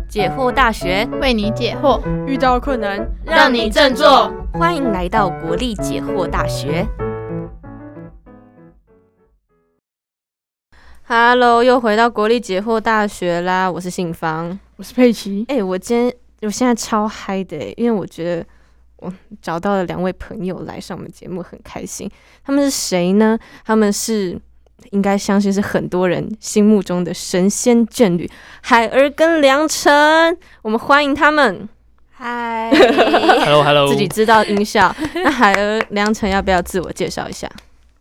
解惑大学为你解惑， 遇到困难让你振作。欢迎来到国立解惑大学。Hello， 又回到国立解惑大学啦！我是信芳， 我是佩奇。 我现在超嗨的因为我觉得我找到了2位朋友来上我们节目，很开心。他们是谁呢？他们是应该相信是很多人心目中的神仙眷侣，海儿跟良辰。我们欢迎他们。 嗨 ，Hello， 自己知道音效。那海儿、良辰要不要自我介绍一下？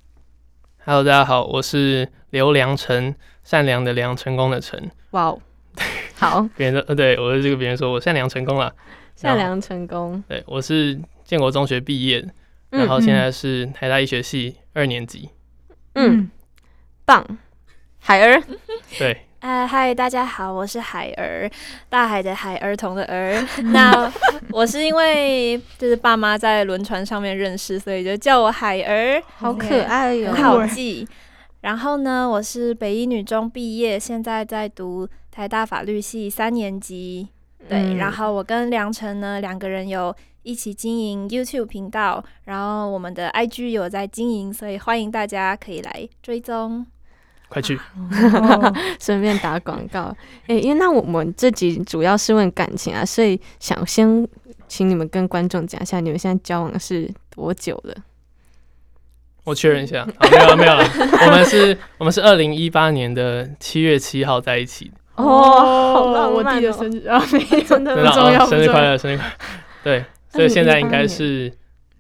Hello， 大家好，我是刘良辰，善良的良，成功的成。 哇哦，好， 别人对我是这个别人说我善良成功了， 善良成功。 对，我是建国中学毕业的，然后现在是台大医学系2年级。 棒，海儿。 对。 嗨，大家好，我是海儿，大海的海，儿童的儿。那我是因为就是爸妈在轮船上面认识，所以就叫我海儿， 好可爱哟， 很好记。然后呢，我是北一女中毕业，现在在读台大法律系3年级。对，然后我跟良辰呢2个人有一起经营 YouTube 频道，然后我们的 IG 有在经营，所以欢迎大家可以来追踪。 快去！ 顺便打广告。因为那我们这集主要是问感情啊，所以想先请你们跟观众讲一下，你们现在交往是多久了？ 我确认一下，没有了。我们是2018年的7月7号在一起的。 好浪漫我弟的生日啊，没有，真的不重要， 生日快乐，生日快乐。对，所以现在应该是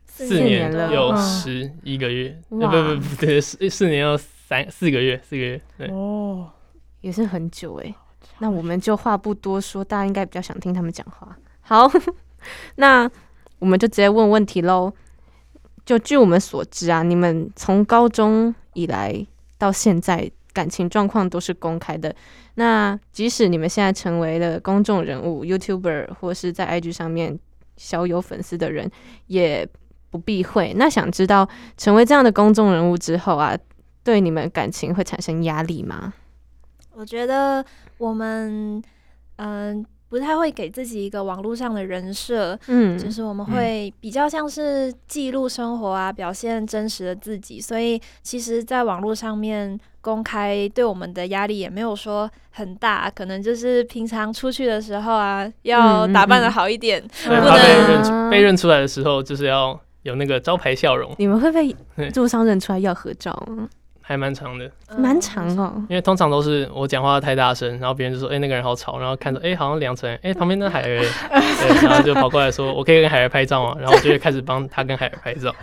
4年有11个月，不对，4年有4个月，对。 也是很久那我们就话不多说，大家应该比较想听他们讲话。好，那我们就直接问问题咯。就据我们所知啊，你们从高中以来到现在感情状况都是公开的。那即使你们现在成为了公众人物 YouTuber 或是在 IG 上面小有粉丝的人，也不避讳。那想知道成为这样的公众人物之后啊，对你们感情会产生压力吗？ 我觉得我们不太会给自己一个网络上的人设，就是我们会比较像是记录生活啊，表现真实的自己，所以其实在网络上面公开对我们的压力也没有说很大，可能就是平常出去的时候啊，要打扮得好一点，不能被认出来的时候，就是要有那个招牌笑容。 你们会被路上认出来要合照吗？ 还蛮长的， 蛮长哦。 因为通常都是我讲话太大声，然后别人就说那个人好吵，然后看着好像良辰，旁边那海儿，对，然后就跑过来说我可以跟海儿拍照吗？然后我就会开始帮他跟海儿拍照。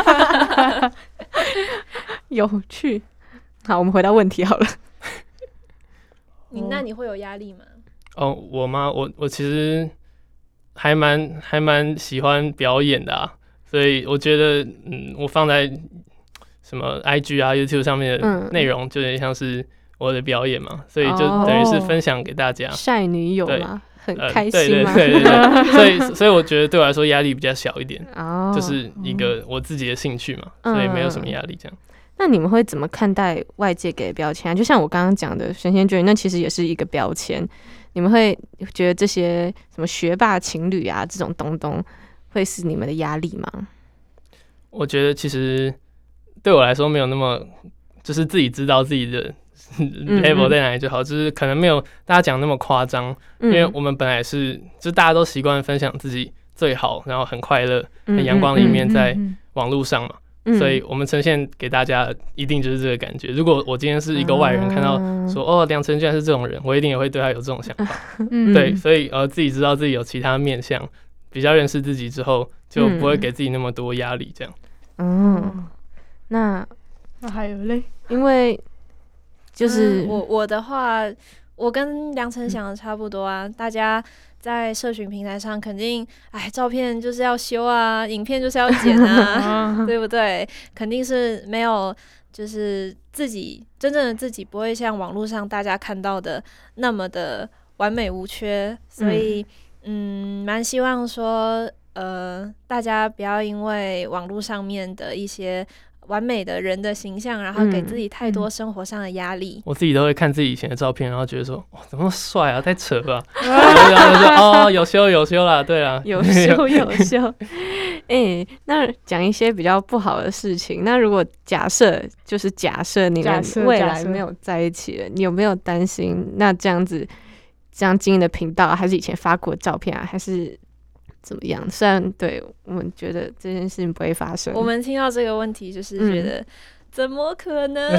有趣。好，我们回到问题好了。 那你会有压力吗？ 我吗？我其实还蛮喜欢表演的啊，所以我觉得我放在什么 IG 啊 YouTube 上面的内容就有点像是我的表演嘛，所以就等于是分享给大家。 晒女友吗？很开心吗？ 对，所以我觉得对我来说压力比较小一点，就是一个我自己的兴趣嘛，所以没有什么压力这样。 那你们会怎么看待外界给的标签啊？就像我刚刚讲的神仙眷侣，那其实也是一个标签。你们会觉得这些什么学霸情侣啊这种东东会是你们的压力吗？我觉得其实对我来说没有那么，就是自己知道自己的level 在哪里就好，就是可能没有大家讲那么夸张，因为我们本来就大家都习惯分享自己最好，然后很快乐、很阳光的一面在网络上嘛，所以我们呈现给大家一定就是这个感觉。如果我今天是一个外人看到说良辰居然是这种人，我一定也会对他有这种想法。对，所以自己知道自己有其他面向，比较认识自己之后，就不会给自己那么多压力这样。 那还有嘞， 因为就是我的话，我跟良辰想的差不多啊。大家在社群平台上肯定，照片就是要修啊，影片就是要剪啊，对不对？肯定是没有，就是真正的自己不会像网络上大家看到的那么的完美无缺，所以蛮希望说大家不要因为网络上面的一些完美的人的形象，然后给自己太多生活上的压力。 我自己都会看自己以前的照片，然后觉得说，哇，怎么那么帅啊，太扯了。然后就说，哦，有修啦，对啦， 有修。那讲一些比较不好的事情。那如果假设你们未来没有在一起了，你有没有担心？那这样经营的频道，还是以前发过的照片啊，还是怎么样？虽然对我们觉得这件事情不会发生， 我们听到这个问题就是觉得，怎么可能？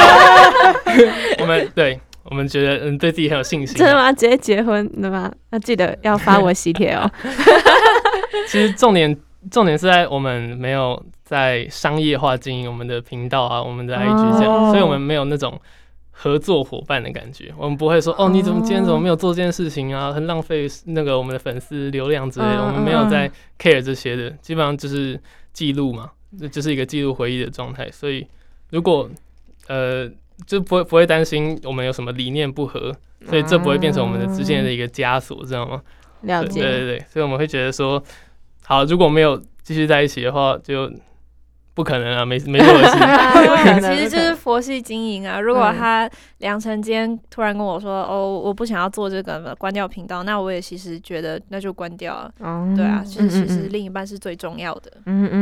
我们觉得对自己很有信心。 真的吗？直接结婚的吗？那记得要发我喜帖哦。 其实重点是在我们没有在商业化经营我们的频道啊，我们的 IG 这样，所以我们没有那种合作伙伴的感觉。我们不会说你今天怎么没有做这件事情啊，很浪费那个我们的粉丝流量之类的。我们没有在 care 这些的，基本上就是记录嘛，就是一个记录回忆的状态。所以如果就不会担心我们有什么理念不合，所以这不会变成我们的之间的一个枷锁，知道吗？ 了解。 对，所以我们会觉得说，好，如果没有继续在一起的话，就不可能啊，没这回事。 其实就是佛系经营啊。如果他梁晨今天突然跟我说，我不想要做这个，关掉频道，那我也其实觉得那就关掉了。对啊，其实另一半是最重要的。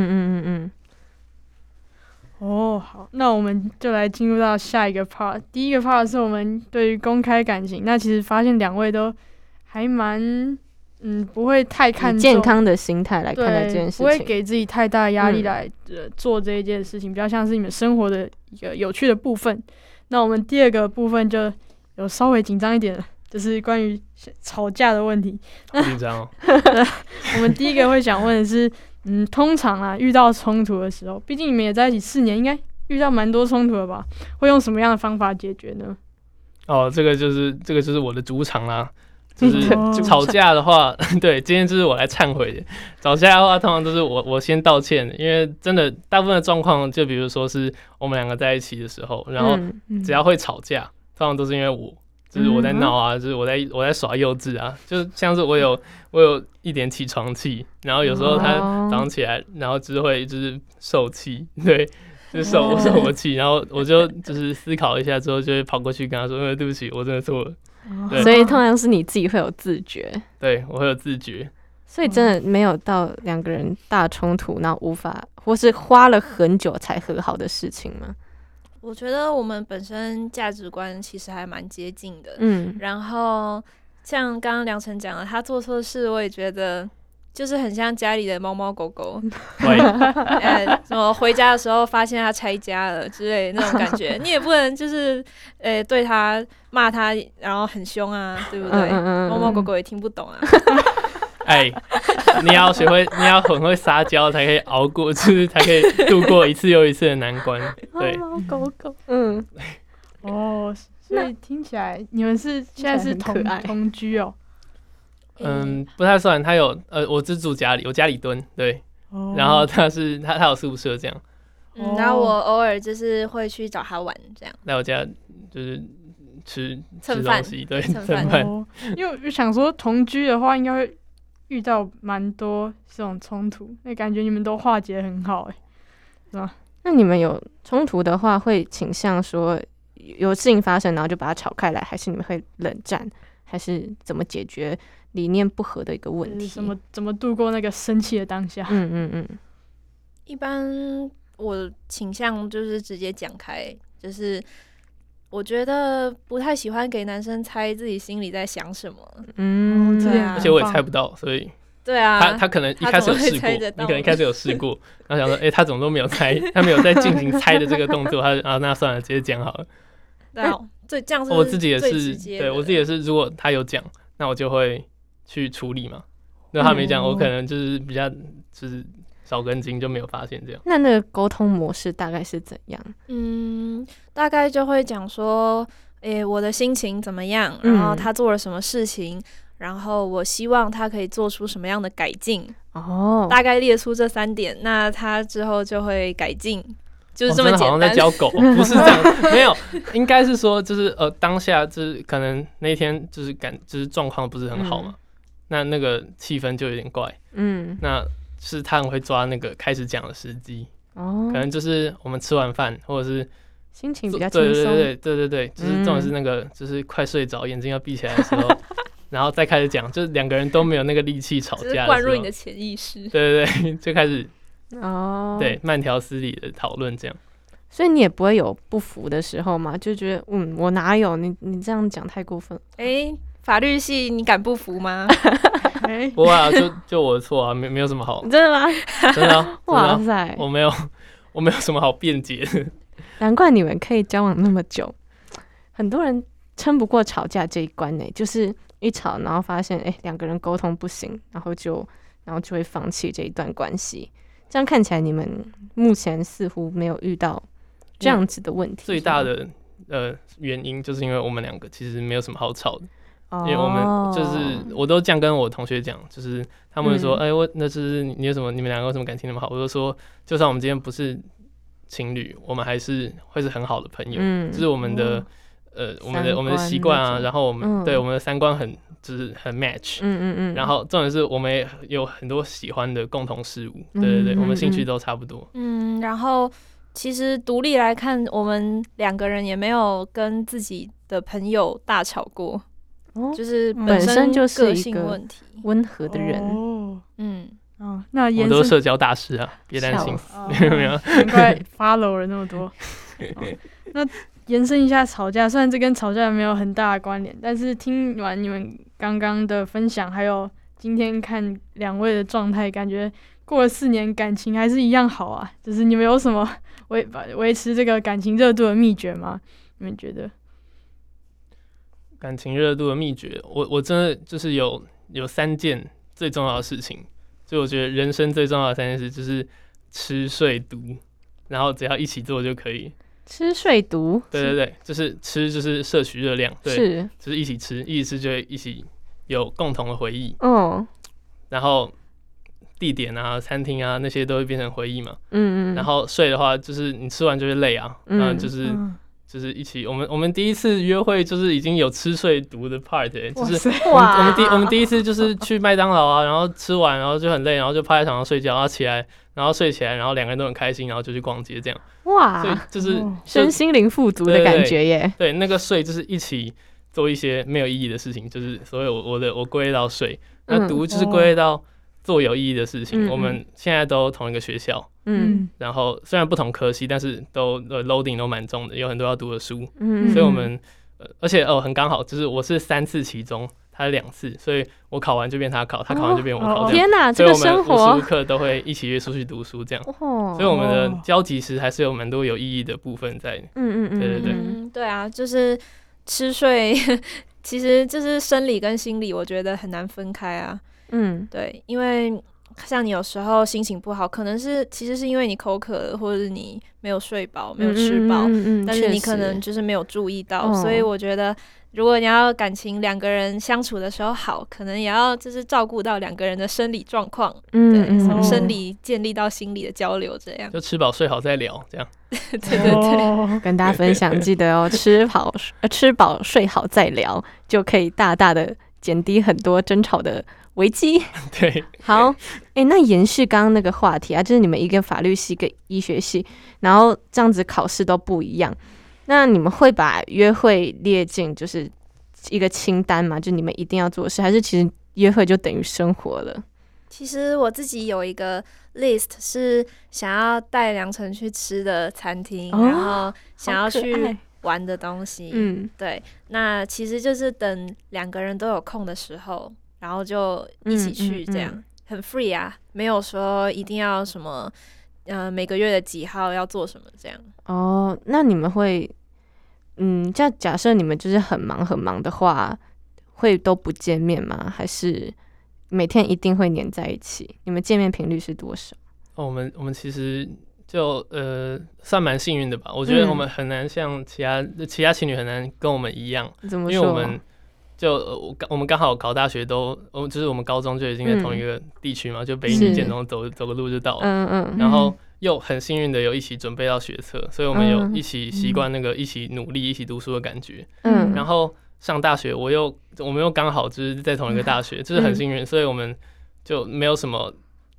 好，那我们就来进入到下一个 part。第一个 part 是我们对于公开感情，那其实发现两位都还蛮不会太看重，以健康的心态来看待这件事情， 不会给自己太大的压力来做这一件事情，比较像是你们生活的一个有趣的部分。那我们第二个部分就有稍微紧张一点的，就是关于吵架的问题。 好紧张哦。 我们第一个会想问的是，通常啊遇到冲突的时候，毕竟你们也在一起4年，应该遇到蛮多冲突了吧？会用什么样的方法解决呢？ 这个就是我的主场啦。就是吵架的话，对，今天就是我来忏悔的。吵架的话，通常都是我先道歉，因为真的大部分的状况，就比如说是我们两个在一起的时候，然后只要会吵架，通常都是因为就是我在闹啊，就是我在耍幼稚啊，就像是我有一点起床气，然后有时候他早上起来，然后就是受气，对。就是受我气，然后我就是思考一下之后，就会跑过去跟他说：“对不起，我真的错了。” 所以通常是你自己会有自觉， 对，我会有自觉， 所以真的没有到两个人大冲突，然后无法或是花了很久才和好的事情吗？ 我觉得我们本身价值观其实还蛮接近的，然后像刚刚梁晨讲的，他做错事，我也觉得就是很像家里的猫猫狗狗，什么回家的时候发现他拆家了之类的那种感觉，你也不能就是对他骂他，然后很凶啊，对不对？猫猫狗狗也听不懂啊。 你要很会撒娇才可以熬过，就是才可以度过一次又一次的难关。对， 猫猫狗狗，所以听起来你们现在是同居哦。 不太算，他有我是住家里，我家里蹲，对，然后他有宿舍这样， 然后我偶尔就是会去找他玩这样， 来我家就是吃东西，对，蹭饭。因为我想说同居的话，应该会遇到蛮多这种冲突，那感觉你们都化解很好，是吧？ 那你们有冲突的话，会倾向说有事情发生，然后就把它吵开来，还是你们会冷战，还是怎么解决理念不合的一个问题？ 怎么度过那个生气的当下？ 一般我倾向就是直接讲开，就是我觉得不太喜欢给男生猜自己心里在想什么。 对啊， 而且我也猜不到，所以对啊， 他可能一开始有试过，你可能一开始有试过，然后想说，他怎么都没有猜，他没有在进行猜的这个动作，那算了，直接讲好了。 对啊，这样是我自己也最是， 直接的。 对我自己也是，如果他有讲，那我就会去处理嘛。如果他没讲，我可能就是比较就是少根筋，就没有发现这样。 那个沟通模式大概是怎样？ 大概就会讲说，我的心情怎么样，然后他做了什么事情，然后我希望他可以做出什么样的改进。大概列出这3点，那他之后就会改进。就是这么简单， 好像在教狗，不是这样，没有，应该是说就是当下就是可能那一天就是状况不是很好嘛，那个气氛就有点怪，那是他很会抓那个开始讲的时机， 可能就是我们吃完饭或者是心情比较轻松， 对，就是重点是那个就是快睡着，眼睛要闭起来的时候，然后再开始讲，就是2个人都没有那个力气吵架的时候， 灌入你的潜意识， 对，就开始对， 慢条斯理的讨论这样。 所以你也不会有不服的时候嘛？就觉得我哪有你这样讲太过分。 法律系你敢不服吗？ 不会啊，就我的错啊，没有什么好。 真的吗？ 真的啊， 哇塞， 我没有什么好辩解的。 难怪你们可以交往那么久。很多人撑不过吵架这一关呢，就是一吵，然后发现2个人沟通不行，然后就会放弃这一段关系。这样看起来，你们目前似乎没有遇到这样子的问题。 最大的原因就是因为我们2个其实没有什么好吵的。因为我们就是我都这样跟我同学讲，就是他们会说，那是你们2个为什么感情那么好？我就说，就算我们今天不是情侣，我们还是会是很好的朋友。就是我们的我们的习惯啊，然后我们对我们的3观就是很 match。然后重点是我们也有很多喜欢的共同事物，对，我们兴趣都差不多。 然后其实独立来看，我们2个人也没有跟自己的朋友大吵过。就是本身就是一个温和的人。 那我们都是社交大师啊，别担心，没有， 难怪 follow 了那么多。那延伸一下吵架，虽然这跟吵架没有很大的关联，但是听完你们刚刚的分享，还有今天看2位的状态，感觉过了4年，感情还是一样好啊。就是你们有什么维持这个感情热度的秘诀吗？你们觉得？ 感情热度的秘诀，我真的就是有3件最重要的事情，就我觉得人生最重要的3件事就是吃睡读，然后只要一起做就可以。 吃睡读， 对，就是吃就是摄取热量，对， 是就是一起吃就会一起有共同的回忆。然后地点啊、餐厅啊那些都会变成回忆嘛。然后睡的话，就是你吃完就会累啊，就是一起，我们第一次约会就是已经有吃睡读的 part，就是我们第一次就是去麦当劳啊，然后吃完然后就很累，然后就趴在床上睡觉，然后起来，然后睡起来，然后2个人都很开心，然后就去逛街这样。 哇， 所以就是身心灵富足的感觉耶。 对，那个睡就是一起做一些没有意义的事情，就是所以我归类到睡，那读就是归类到做有意义的事情。我们现在都同一个学校。然后虽然不同科系，但是都loading 都蛮重的，有很多要读的书。所以我们而且很刚好，就是我是3次期中，他是2次，所以我考完就变他考，他考完就变我考。 天哪，这个生活！ 所以我们无时无刻都会一起约出去读书，这样。所以我们的交集时还是有蛮多有意义的部分在。 对啊，就是吃睡，其实就是生理跟心理，我觉得很难分开啊。对，因为像你有时候心情不好，可能其实是因为你口渴了，或者是你没有睡饱，没有吃饱，但是你可能就是没有注意到。所以我觉得，如果你要感情2个人相处的时候好，可能也要就是照顾到2个人的生理状况，对，从生理建立到心理的交流，这样就吃饱睡好再聊，这样。 对， 跟大家分享，记得吃饱睡好再聊，就可以大大的减低很多争吵的危机。 对， 好，那延续刚刚那个话题啊，就是你们一个法律系，一个医学系，然后这样子考试都不一样，那你们会把约会列进就是一个清单吗？就你们一定要做的事，还是其实约会就等于生活了？ 其实我自己有一个 list 是想要带梁晨去吃的餐厅，然后想要去玩的东西。对，那其实就是等2个人都有空的时候，然后就一起去，这样很 free 啊，没有说一定要什么每个月的几号要做什么这样。 那你们会这样假设你们就是很忙的话，会都不见面吗？还是每天一定会黏在一起？你们见面频率是多少？ 我们其实就算蛮幸运的吧。我觉得我们很难像其他情侣很难跟我们一样， 怎么说？ 因为我们我们刚好考大学就是我们高中就已经在同一个地区嘛，就北一女建中走个路就到了。然后又很幸运的有一起准备到学测，所以我们有一起习惯那个一起努力、一起读书的感觉。然后上大学我们又刚好就是在同一个大学，就是很幸运，所以我们就没有什么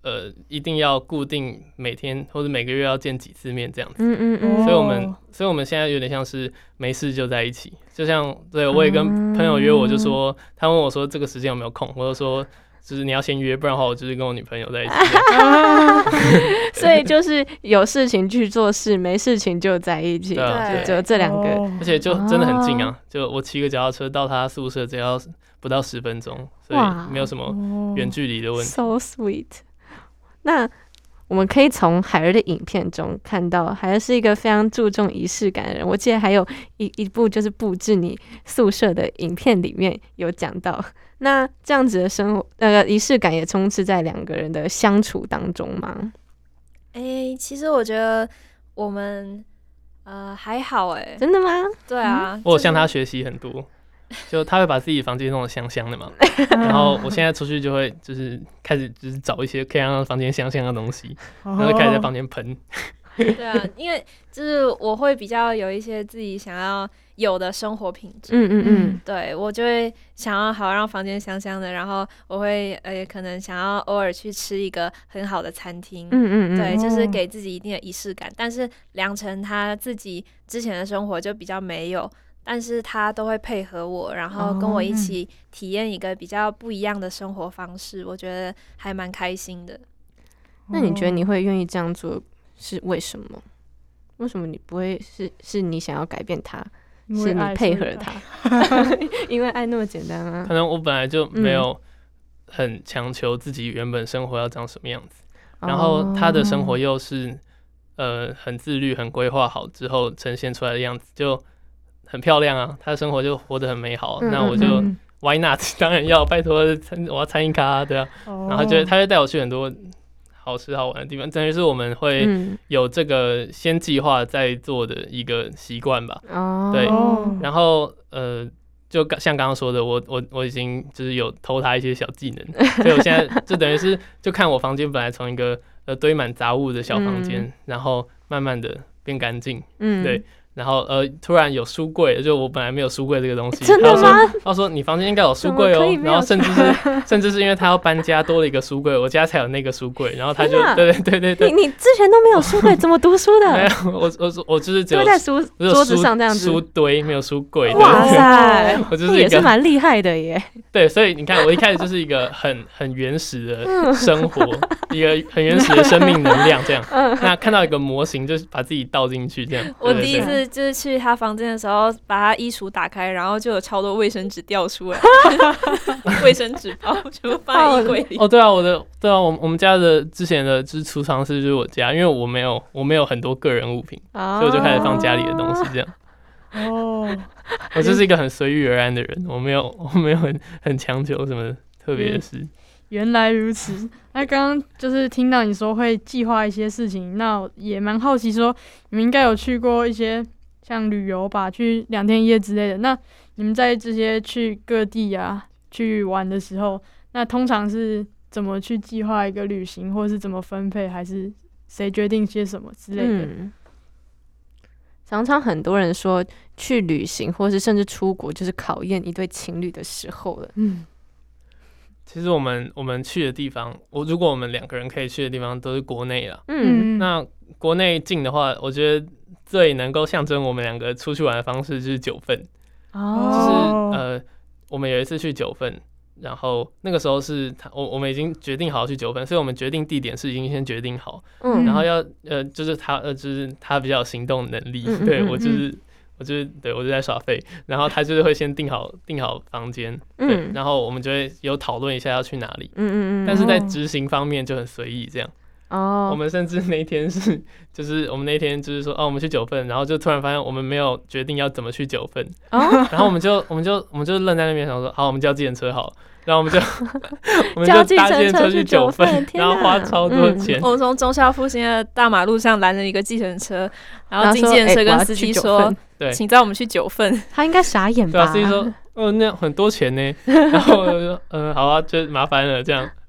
一定要固定每天或者每个月要见几次面这样子。所以我们现在有点像是没事就在一起，就像对我也跟朋友约，我就说他问我说这个时间有没有空，我就说就是你要先约，不然的话我就是跟我女朋友在一起。 所以就是有事情去做事，没事情就在一起，就这2个， 而且就真的很近啊，就我骑个脚踏车到他宿舍只要不到10分钟，所以没有什么远距离的问题。 So sweet。那我们可以从海儿的影片中看到，海儿是一个非常注重仪式感的人。我记得还有一部就是布置你宿舍的影片里面有讲到。那这样子的生活仪式感也充斥在2个人的相处当中吗？ 其实我觉得我们还好真的吗？ 对啊， 我有向他学习很多。就他会把自己房间弄得香香的嘛，然后我现在出去就会就是开始就是找一些可以让房间香香的东西，然后就开始在房间喷。 对啊，因为就是我会比较有一些自己想要有的生活品质，对，我就会想要好让房间香香的，然后我会可能想要偶尔去吃一个很好的餐厅，对，就是给自己一定的仪式感。但是良辰他自己之前的生活就比较没有。但是他都会配合我，然后跟我一起体验一个比较不一样的生活方式，我觉得还蛮开心的。 那你觉得你会愿意这样做是为什么？为什么你不会是你想要改变他，是你配合他？因为爱那么简单啊。 可能我本来就没有很强求自己原本生活要长什么样子，然后他的生活又是很自律、很规划好之后呈现出来的样子就很漂亮啊，他的生活就活得很美好，那我就 why not？ 当然要，拜托，我要参与咖，对啊。然后他就带我去很多好吃好玩的地方，等于是我们会有这个先计划再做的一个习惯吧。对，然后就像刚刚说的，我已经就是有偷他一些小技能，所以我现在就等于是就看我房间本来从一个堆满杂物的小房间，然后慢慢的变干净，对。然后突然有书柜，就我本来没有书柜这个东西。 真的吗？ 他说你房间应该有书柜哦，然后甚至是因为他要搬家多了一个书柜，我家才有那个书柜，然后他就对。 你之前都没有书柜，怎么读书的？ 没有，我就是只有在桌子上这样子， 书堆没有书柜。 哇塞， 我就是也是蛮厉害的耶。 对，所以你看，我一开始就是一个很原始的生活，一个很原始的生命能量这样。那看到一个模型，就是把自己倒进去这样。 我第一次就是去他房间的时候，把他衣橱打开，然后就有超多卫生纸掉出来，卫生纸包全部放在衣柜里。 哦，对啊，我们家的之前的就是储藏室就是我家，因为我没有很多个人物品，所以我就开始放家里的东西这样。我就是一个很随遇而安的人，我没有很强求什么特别的事。 原来如此。那刚刚就是听到你说会计划一些事情，那也蛮好奇说你们应该有去过一些像旅游吧，去2天1夜之类的。那你们在这些去各地啊去玩的时候，那通常是怎么去计划一个旅行，或是怎么分配，还是谁决定些什么之类的？ 常常很多人说去旅行或是甚至出国就是考验一对情侣的时候了。 其实我们去的地方，如果我们2个人可以去的地方都是国内啦。那国内近的话，我觉得最能够象征我们2个出去玩的方式就是9份。就是我们有一次去9份，然后那个时候是我们已经决定好去9份，所以我们决定地点是已经先决定好。然后要就是他比较有行动能力，对我就在耍废，然后他就是会先订好房间，对，然后我们就会有讨论一下要去哪里，但是在执行方面就很随意这样。我们甚至那一天就是我们那一天就是说我们去9份，然后就突然发现我们没有决定要怎么去9份，然后我们就愣在那边想说好，我们叫计程车好了。然后我们就搭计程车去9份，然后花超多钱。 我们从忠孝复兴的大马路上拦了一个计程车，然后进计程车跟司机说：“请载我们去9份。” 他应该傻眼吧？ 对啊，司机说：“那很多钱呢。”然后我就说：“好啊，就麻烦了这样。”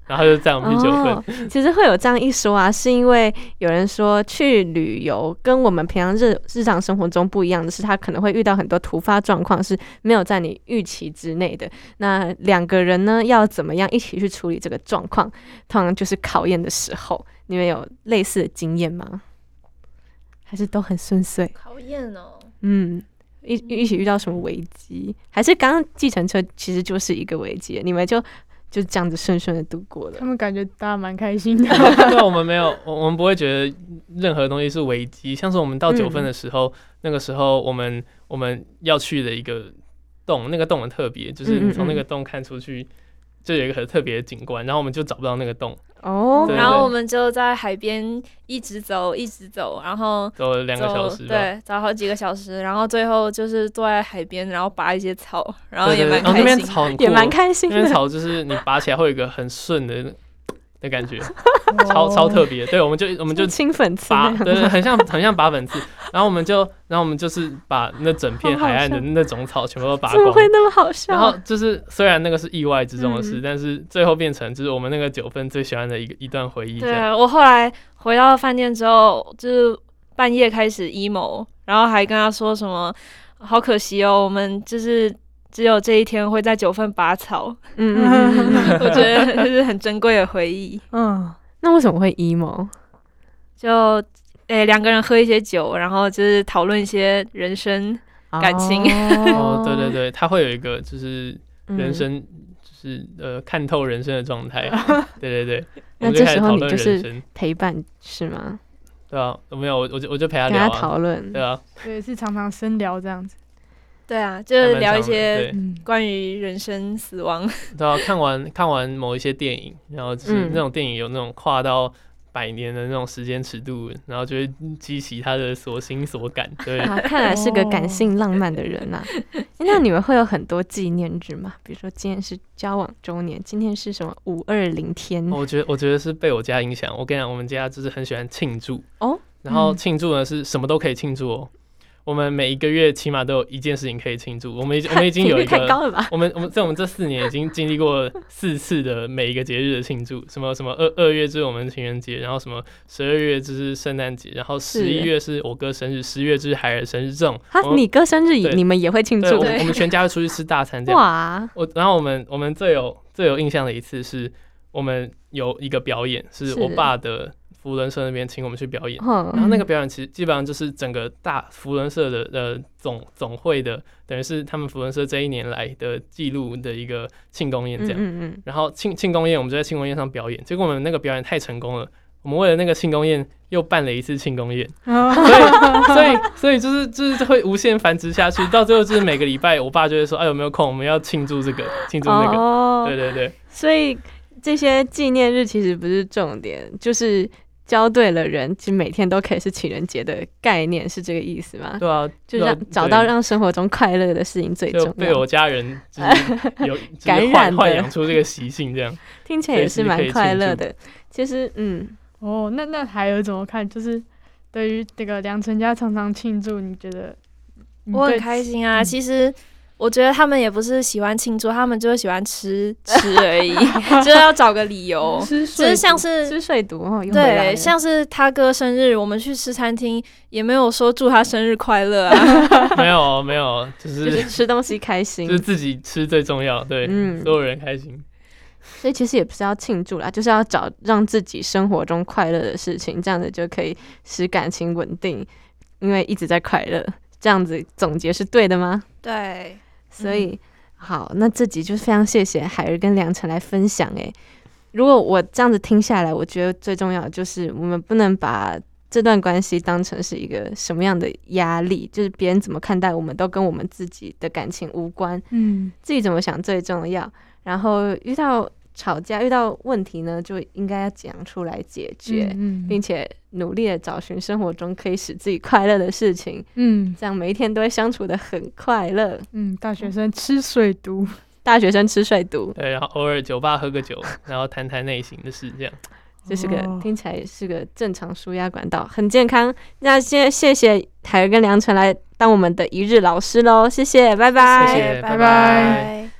然后就载我们去九份。 其实会有这样一说啊，是因为有人说去旅游跟我们平常日常生活中不一样的是，他可能会遇到很多突发状况是没有在你预期之内的。那2个人呢，要怎么样一起去处理这个状况，通常就是考验的时候。你们有类似的经验吗？还是都很顺遂？ 考验哦， 一起遇到什么危机？还是刚刚计程车其实就是一个危机，你们就这样子顺顺的度过了？ 他们感觉大家蛮开心的。 对，我们没有，我们不会觉得任何东西是危机。像是我们到9份的时候，那个时候我们要去的一个洞，那个洞很特别，就是你从那个洞看出去，就有一个很特别的景观，然后我们就找不到那个洞。 然后我们就在海边一直走，然后走了2个小时吧， 对，走好几个小时，然后最后就是坐在海边，然后拔一些草，然后也蛮开心，那边草很酷， 也蛮开心的。 那边草就是你拔起来会有一个很顺的感觉，超特别。对，我们就清粉刺， 对，很像拔粉刺。然后我们就是把那整片海岸的那种草全部都拔光。 怎么会那么好笑？ 然后就是虽然那个是意外之中的事，但是最后变成就是我们那个9份最喜欢的一段回忆。 对，我后来回到饭店之后，就是半夜开始 emo， 然后还跟他说什么好可惜哦，我们就是只有这一天会在9份拔草。我觉得就是很珍贵的回忆。 那为什么会 emo？ 就2个人喝一些酒，然后就是讨论一些人生感情。 对对，他会有一个就是人生，就是看透人生的状态。对对对， 那这时候你就是陪伴是吗？ 对啊，没有，我就陪他聊， 跟他讨论。 对啊， 对，是常常深聊这样子。 对啊，就是聊一些关于人生、死亡。 对啊，看完某一些电影，然后就是那种电影有那种跨到100年的那种时间尺度，然后就会激起他的所心所感。对啊，看来是个感性浪漫的人啊。那你们会有很多纪念日吗？比如说今天是交往周年，今天是什么520天？ 我觉得是被我家影响。我跟你讲，我们家就是很喜欢庆祝哦， 然后庆祝呢是什么都可以庆祝哦。我们每一个月起码都有一件事情可以庆祝。我们已经有一个太高了吧？ 我们这4年已经经历过4次的每一个节日的庆祝。什么2月就是我们情人节，然后什么12月就是圣诞节，然后11月是我哥生日，10月就是海尔生日。这种你哥生日你们也会庆祝？ 对，我们全家会出去吃大餐这样。 哇！ 然后我们最有印象的一次是我们有一个表演，是我爸的扶轮社那边请我们去表演，然后那个表演其实基本上就是整个大扶轮社的总会的，等于是他们扶轮社这1年来的记录的一个庆功宴这样。然后庆功宴我们就在庆功宴上表演，结果我们那个表演太成功了，我们为了那个庆功宴又办了一次庆功宴，所以就是会无限繁殖下去，到最后就是每个礼拜我爸就会说，有没有空我们要庆祝这个庆祝那个。对对对， 所以这些纪念日其实不是重点，就是交对了人，其实每天都可以是情人节的概念，是这个意思吗？ 对啊， 就找到让生活中快乐的事情最重要。 就被我家人就是有感染豢养出这个习性，这样听起来也是蛮快乐的。其实， 那还有怎么看？就是对于这个良辰家常常庆祝，你觉得？ 我很开心啊，其实。我觉得他们也不是喜欢庆祝，他们就是喜欢吃而已，就是要找个理由，就是像是吃水毒对，像是他哥生日，我们去吃餐厅也没有说祝他生日快乐啊， 没有，就是吃东西开心， 就是自己吃最重要，对，所有人开心。 所以其实也不是要庆祝啦，就是要找让自己生活中快乐的事情，这样子就可以使感情稳定，因为一直在快乐。这样子总结是对的吗？ 对。 所以好，那这集就是非常谢谢海儿跟良辰来分享。如果我这样子听下来，我觉得最重要的就是我们不能把这段关系当成是一个什么样的压力，就是别人怎么看待我们都跟我们自己的感情无关，自己怎么想最重要。然后遇到吵架遇到问题呢，就应该要讲出来解决，并且努力的找寻生活中可以使自己快乐的事情，这样每一天都会相处得很快乐。 大学生吃水毒， 对，然后偶尔酒吧喝个酒，然后谈内心的事，这样就是个听起来是个正常抒压管道，很健康。那谢谢海儿跟良辰来当我们的一日老师喽，谢谢，拜拜， 谢谢，拜拜。